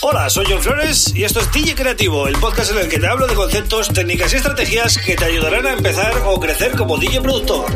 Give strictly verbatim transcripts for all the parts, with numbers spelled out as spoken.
Hola, soy John Flores y esto es D J Creativo, el podcast en el que te hablo de conceptos, técnicas y estrategias que te ayudarán a empezar o crecer como D J productor.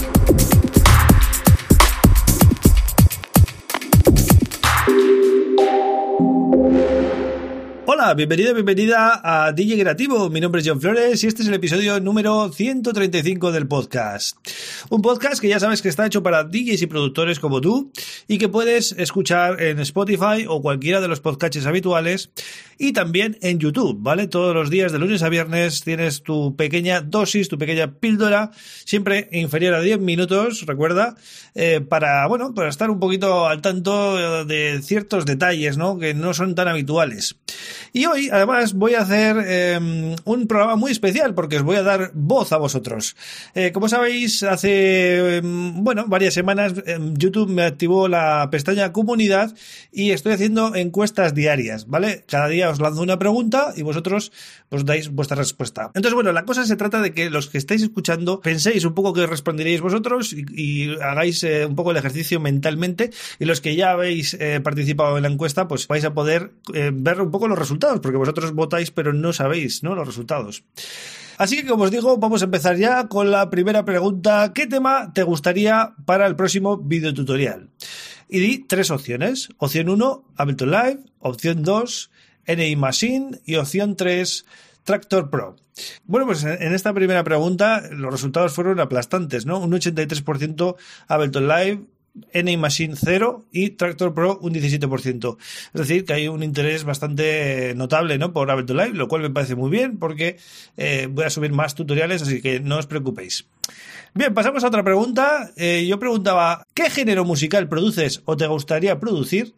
Hola, bienvenido, bienvenida a D J Creativo. Mi nombre es John Flores y este es el episodio número ciento treinta y cinco del podcast. Un podcast que ya sabes que está hecho para D Js y productores como tú y que puedes escuchar en Spotify o cualquiera de los podcasts habituales y también en YouTube, ¿vale? Todos los días de lunes a viernes tienes tu pequeña dosis, tu pequeña píldora, siempre inferior a diez minutos, recuerda, eh, para, bueno, para estar un poquito al tanto de ciertos detalles, ¿no? Que no son tan habituales. Y hoy, además, voy a hacer eh, un programa muy especial porque os voy a dar voz a vosotros. Eh, como sabéis, hace, eh, bueno, varias semanas eh, YouTube me activó la pestaña Comunidad y estoy haciendo encuestas diarias, ¿vale? Cada día os lanzo una pregunta y vosotros os dais vuestra respuesta. Entonces, bueno, la cosa se trata de que los que estáis escuchando penséis un poco qué responderíais vosotros y, y hagáis eh, un poco el ejercicio mentalmente, y los que ya habéis eh, participado en la encuesta, pues vais a poder eh, ver un poco los resultados, porque vosotros votáis pero no sabéis, ¿no?, los resultados. Así que, como os digo, vamos a empezar ya con la primera pregunta. ¿Qué tema te gustaría para el próximo videotutorial? Y di tres opciones. Opción uno, Ableton Live. Opción dos, N I Machine. Y opción tres, Tractor Pro. Bueno, pues en esta primera pregunta los resultados fueron aplastantes, ¿no? Un ochenta y tres por ciento Ableton Live, N I Machine cero y Tractor Pro un diecisiete por ciento. Es decir, que hay un interés bastante notable, ¿no?, por Ableton Live, lo cual me parece muy bien porque eh, voy a subir más tutoriales, así que no os preocupéis. Bien, pasamos a otra pregunta. Eh, yo preguntaba, ¿qué género musical produces o te gustaría producir?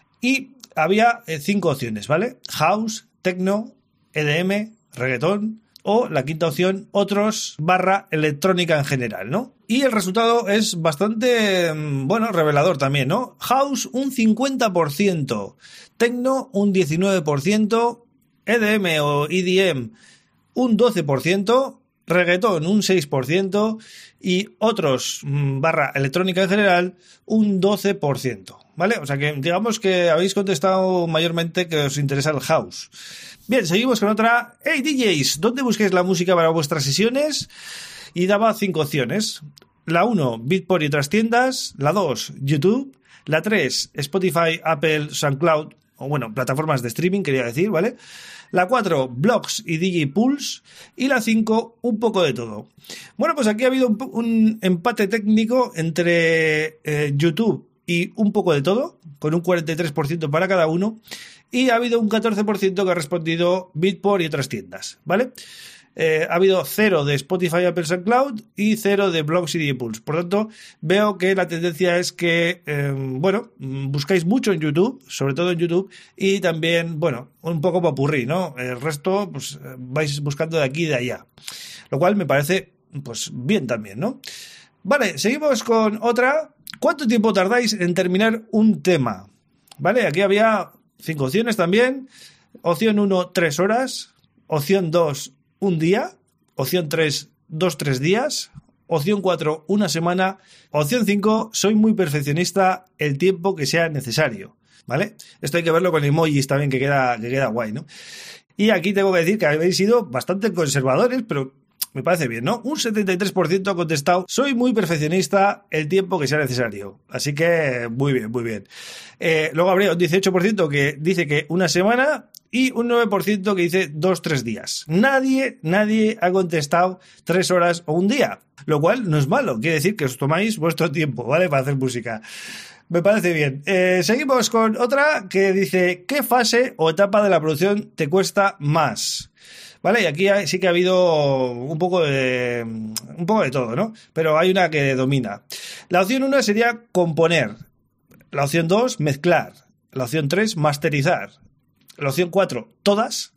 Y había eh, cinco opciones, ¿vale? House, techno, E D M, reggaetón o la quinta opción, otros barra electrónica en general, ¿no? Y el resultado es bastante, bueno, revelador también, ¿no? House un cincuenta por ciento, techno un diecinueve por ciento, E D M o E D M un doce por ciento, reggaetón un seis por ciento y otros barra electrónica en general un doce por ciento, ¿vale? O sea que digamos que habéis contestado mayormente que os interesa el house. Bien, seguimos con otra. Hey D Js, ¿dónde busquéis la música para vuestras sesiones? Y daba cinco opciones. La uno, Beatport y otras tiendas. La dos, YouTube. La tres, Spotify, Apple, SoundCloud, o bueno, plataformas de streaming, quería decir, ¿vale? La cuatro, blogs y D J Pools. Y la cinco, un poco de todo. Bueno, pues aquí ha habido un, un empate técnico entre eh, YouTube y un poco de todo, con un cuarenta y tres por ciento para cada uno. Y ha habido un catorce por ciento que ha respondido Beatport y otras tiendas, ¿vale? Eh, ha habido cero de Spotify, Apple, SoundCloud y cero de blogs y D J Pools. Por lo tanto, veo que la tendencia es que, eh, bueno, buscáis mucho en YouTube, sobre todo en YouTube, y también, bueno, un poco popurrí, ¿no? El resto, pues, vais buscando de aquí y de allá. Lo cual me parece, pues, bien también, ¿no? Vale, seguimos con otra. ¿Cuánto tiempo tardáis en terminar un tema? Vale, aquí había cinco opciones también. Opción uno, tres horas. Opción dos, un día. Opción tres, dos, tres días. Opción cuatro, una semana. Opción cinco, soy muy perfeccionista, el tiempo que sea necesario. ¿Vale? Esto hay que verlo con emojis también, que queda, que queda guay, ¿no? Y aquí tengo que decir que habéis sido bastante conservadores, pero me parece bien, ¿no? Un setenta y tres por ciento ha contestado, soy muy perfeccionista, el tiempo que sea necesario. Así que muy bien, muy bien. Eh, luego habría un dieciocho por ciento que dice que una semana y un nueve por ciento que dice dos, tres días. Nadie, nadie ha contestado tres horas o un día, lo cual no es malo. Quiere decir que os tomáis vuestro tiempo, ¿vale?, para hacer música. Me parece bien. Eh, seguimos con otra que dice, ¿qué fase o etapa de la producción te cuesta más? Vale, y aquí sí que ha habido un poco de un poco de todo, ¿no? Pero hay una que domina. La opción uno sería componer. La opción dos, mezclar. La opción tres, masterizar. La opción cuatro, todas.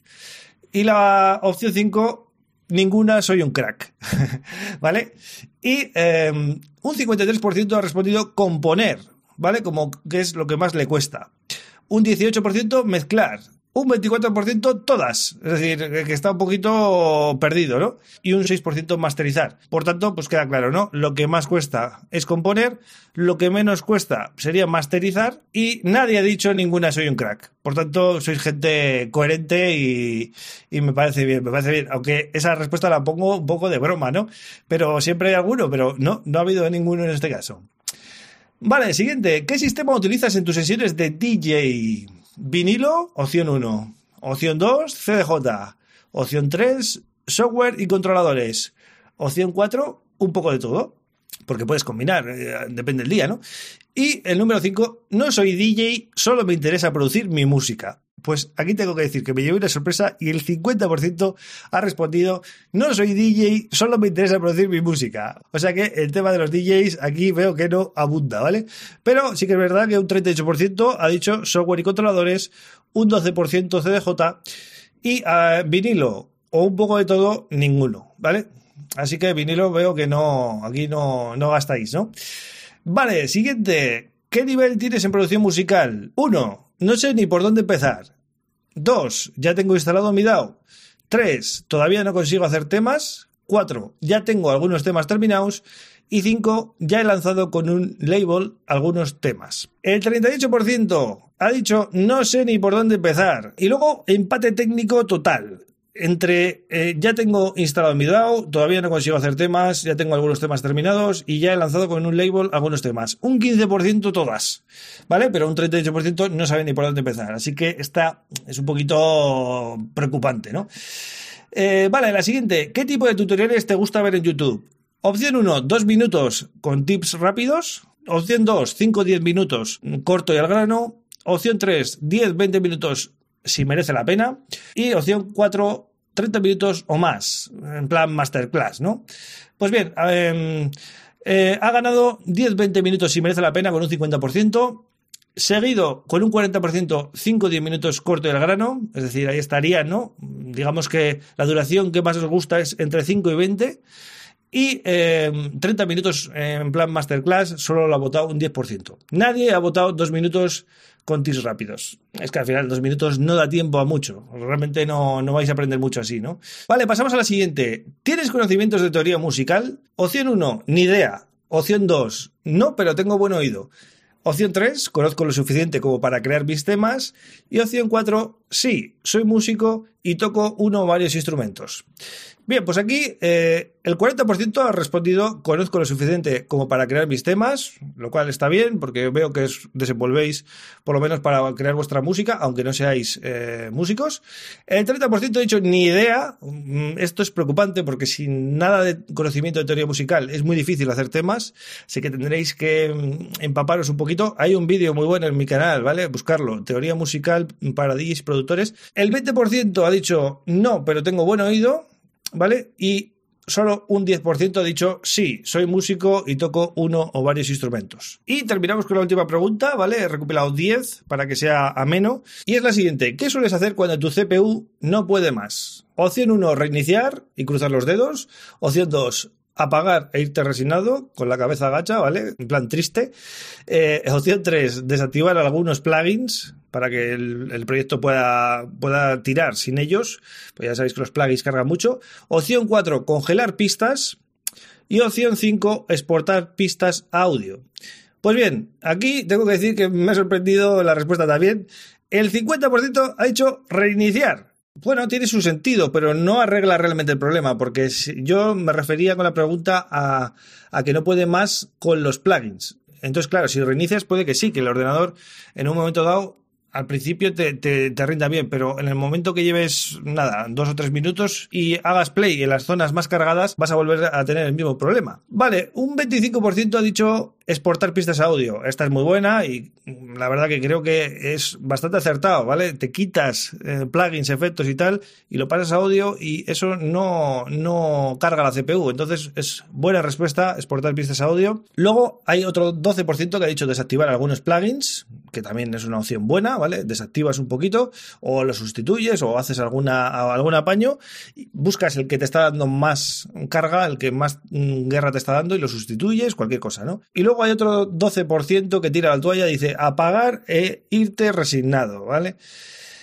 Y la opción cinco, ninguna, soy un crack. ¿Vale? Y eh, un cincuenta y tres por ciento ha respondido componer, ¿vale? Como que es lo que más le cuesta. Un dieciocho por ciento mezclar. un veinticuatro por ciento todas, es decir, que está un poquito perdido, ¿no? Y un seis por ciento masterizar. Por tanto, pues queda claro, ¿no? Lo que más cuesta es componer, lo que menos cuesta sería masterizar y nadie ha dicho ninguna soy un crack. Por tanto, sois gente coherente y, y me parece bien, me parece bien. Aunque esa respuesta la pongo un poco de broma, ¿no? Pero siempre hay alguno, pero no, no ha habido ninguno en este caso. Vale, siguiente. ¿Qué sistema utilizas en tus sesiones de D J? Vinilo, opción uno. Opción dos, C D J. Opción tres, software y controladores. Opción cuatro, un poco de todo. Porque puedes combinar, eh, depende del día, ¿no? Y el número cinco, no soy D J, solo me interesa producir mi música. Pues aquí tengo que decir que me llevé una sorpresa y el cincuenta por ciento ha respondido no soy D J, solo me interesa producir mi música. O sea que el tema de los D Js aquí veo que no abunda, ¿vale? Pero sí que es verdad que un treinta y ocho por ciento ha dicho software y controladores, un doce por ciento C D J y uh, vinilo o un poco de todo, ninguno, ¿vale? Así que vinilo veo que no, aquí no, no gastáis, ¿no? Vale, siguiente. ¿Qué nivel tienes en producción musical? uno. No sé ni por dónde empezar. dos. Ya tengo instalado mi D A W. tres. Todavía no consigo hacer temas. cuatro. Ya tengo algunos temas terminados. Y cinco. Ya he lanzado con un label algunos temas. El treinta y ocho por ciento ha dicho no sé ni por dónde empezar. Y luego empate técnico total. Entre eh, ya tengo instalado mi D A W, todavía no consigo hacer temas, ya tengo algunos temas terminados y ya he lanzado con un label algunos temas. Un quince por ciento todas, ¿vale? Pero un treinta y ocho por ciento no sabe ni por dónde empezar. Así que esta es un poquito preocupante, ¿no? Eh, vale, la siguiente. ¿Qué tipo de tutoriales te gusta ver en YouTube? Opción uno, dos minutos con tips rápidos. Opción dos, cinco a diez minutos corto y al grano. Opción tres, diez a veinte minutos si merece la pena. Y opción cuatro, treinta minutos o más, en plan masterclass, ¿no? Pues bien, eh, eh, ha ganado diez a veinte minutos si merece la pena con un cincuenta por ciento. Seguido con un cuarenta por ciento, cinco a diez minutos corto y al grano. Es decir, ahí estaría, ¿no? Digamos que la duración que más os gusta es entre cinco y veinte. Y eh, treinta minutos en plan masterclass, solo lo ha votado un diez por ciento. Nadie ha votado dos minutos con tips rápidos. Es que al final dos minutos no da tiempo a mucho. Realmente no, no vais a aprender mucho así, ¿no? Vale, pasamos a la siguiente. ¿Tienes conocimientos de teoría musical? Opción uno, ni idea. Opción dos, no, pero tengo buen oído. Opción tres, conozco lo suficiente como para crear mis temas. Y opción cuatro, sí, soy músico y toco uno o varios instrumentos. Bien, pues aquí eh, el cuarenta por ciento ha respondido conozco lo suficiente como para crear mis temas, lo cual está bien porque veo que os desenvolvéis por lo menos para crear vuestra música, aunque no seáis eh, músicos. El treinta por ciento ha dicho ni idea. Esto es preocupante porque sin nada de conocimiento de teoría musical es muy difícil hacer temas, así que tendréis que empaparos un poquito. Hay un vídeo muy bueno en mi canal, ¿vale? Buscarlo, teoría musical para D Js y productores. El veinte por ciento ha dicho no, pero tengo buen oído, ¿vale? Y solo un diez por ciento ha dicho sí, soy músico y toco uno o varios instrumentos. Y terminamos con la última pregunta, ¿vale? He recopilado diez para que sea ameno. Y es la siguiente. ¿Qué sueles hacer cuando tu C P U no puede más? Opción uno, reiniciar y cruzar los dedos. Opción dos, apagar e irte resignado, con la cabeza agacha, ¿vale? En plan triste. Eh, opción tres, desactivar algunos plugins para que el, el proyecto pueda, pueda tirar sin ellos. Pues ya sabéis que los plugins cargan mucho. Opción cuatro, congelar pistas. Y opción cinco, exportar pistas a audio. Pues bien, aquí tengo que decir que me ha sorprendido la respuesta también. El cincuenta por ciento ha dicho reiniciar. Bueno, tiene su sentido, pero no arregla realmente el problema, porque yo me refería con la pregunta a, a que no puede más con los plugins. Entonces, claro, si reinicias puede que sí, que el ordenador en un momento dado al principio te, te, te rinda bien, pero en el momento que lleves, nada, dos o tres minutos y hagas play en las zonas más cargadas, vas a volver a tener el mismo problema. Vale, un veinticinco por ciento ha dicho exportar pistas a audio. Esta es muy buena y la verdad que creo que es bastante acertado, ¿vale? Te quitas eh, plugins, efectos y tal y lo pasas a audio y eso no, no carga la C P U. Entonces es buena respuesta exportar pistas a audio. Luego hay otro doce por ciento que ha dicho desactivar algunos plugins, que también es una opción buena, ¿vale? Desactivas un poquito o lo sustituyes o haces alguna, algún apaño, buscas el que te está dando más carga, el que más mm, guerra te está dando y lo sustituyes, cualquier cosa, ¿no? Y luego hay otro doce por ciento que tira la toalla y dice apagar e irte resignado, ¿vale?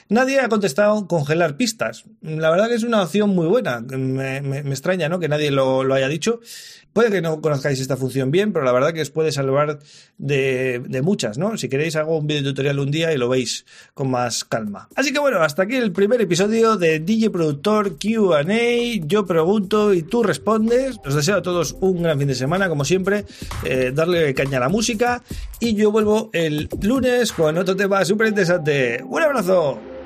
Nadie ha contestado congelar pistas. La verdad que es una opción muy buena. Me, me, me extraña, ¿no?, que nadie lo, lo haya dicho. Puede que no conozcáis esta función bien, pero la verdad que os puede salvar de, de muchas, ¿no? Si queréis hago un video tutorial un día y lo veis con más calma. Así que bueno, hasta aquí el primer episodio de D J Productor Q and A. Yo pregunto y tú respondes. Os deseo a todos un gran fin de semana, como siempre. Eh, darle caña a la música. Y yo vuelvo el lunes con otro tema súper interesante. ¡Un abrazo!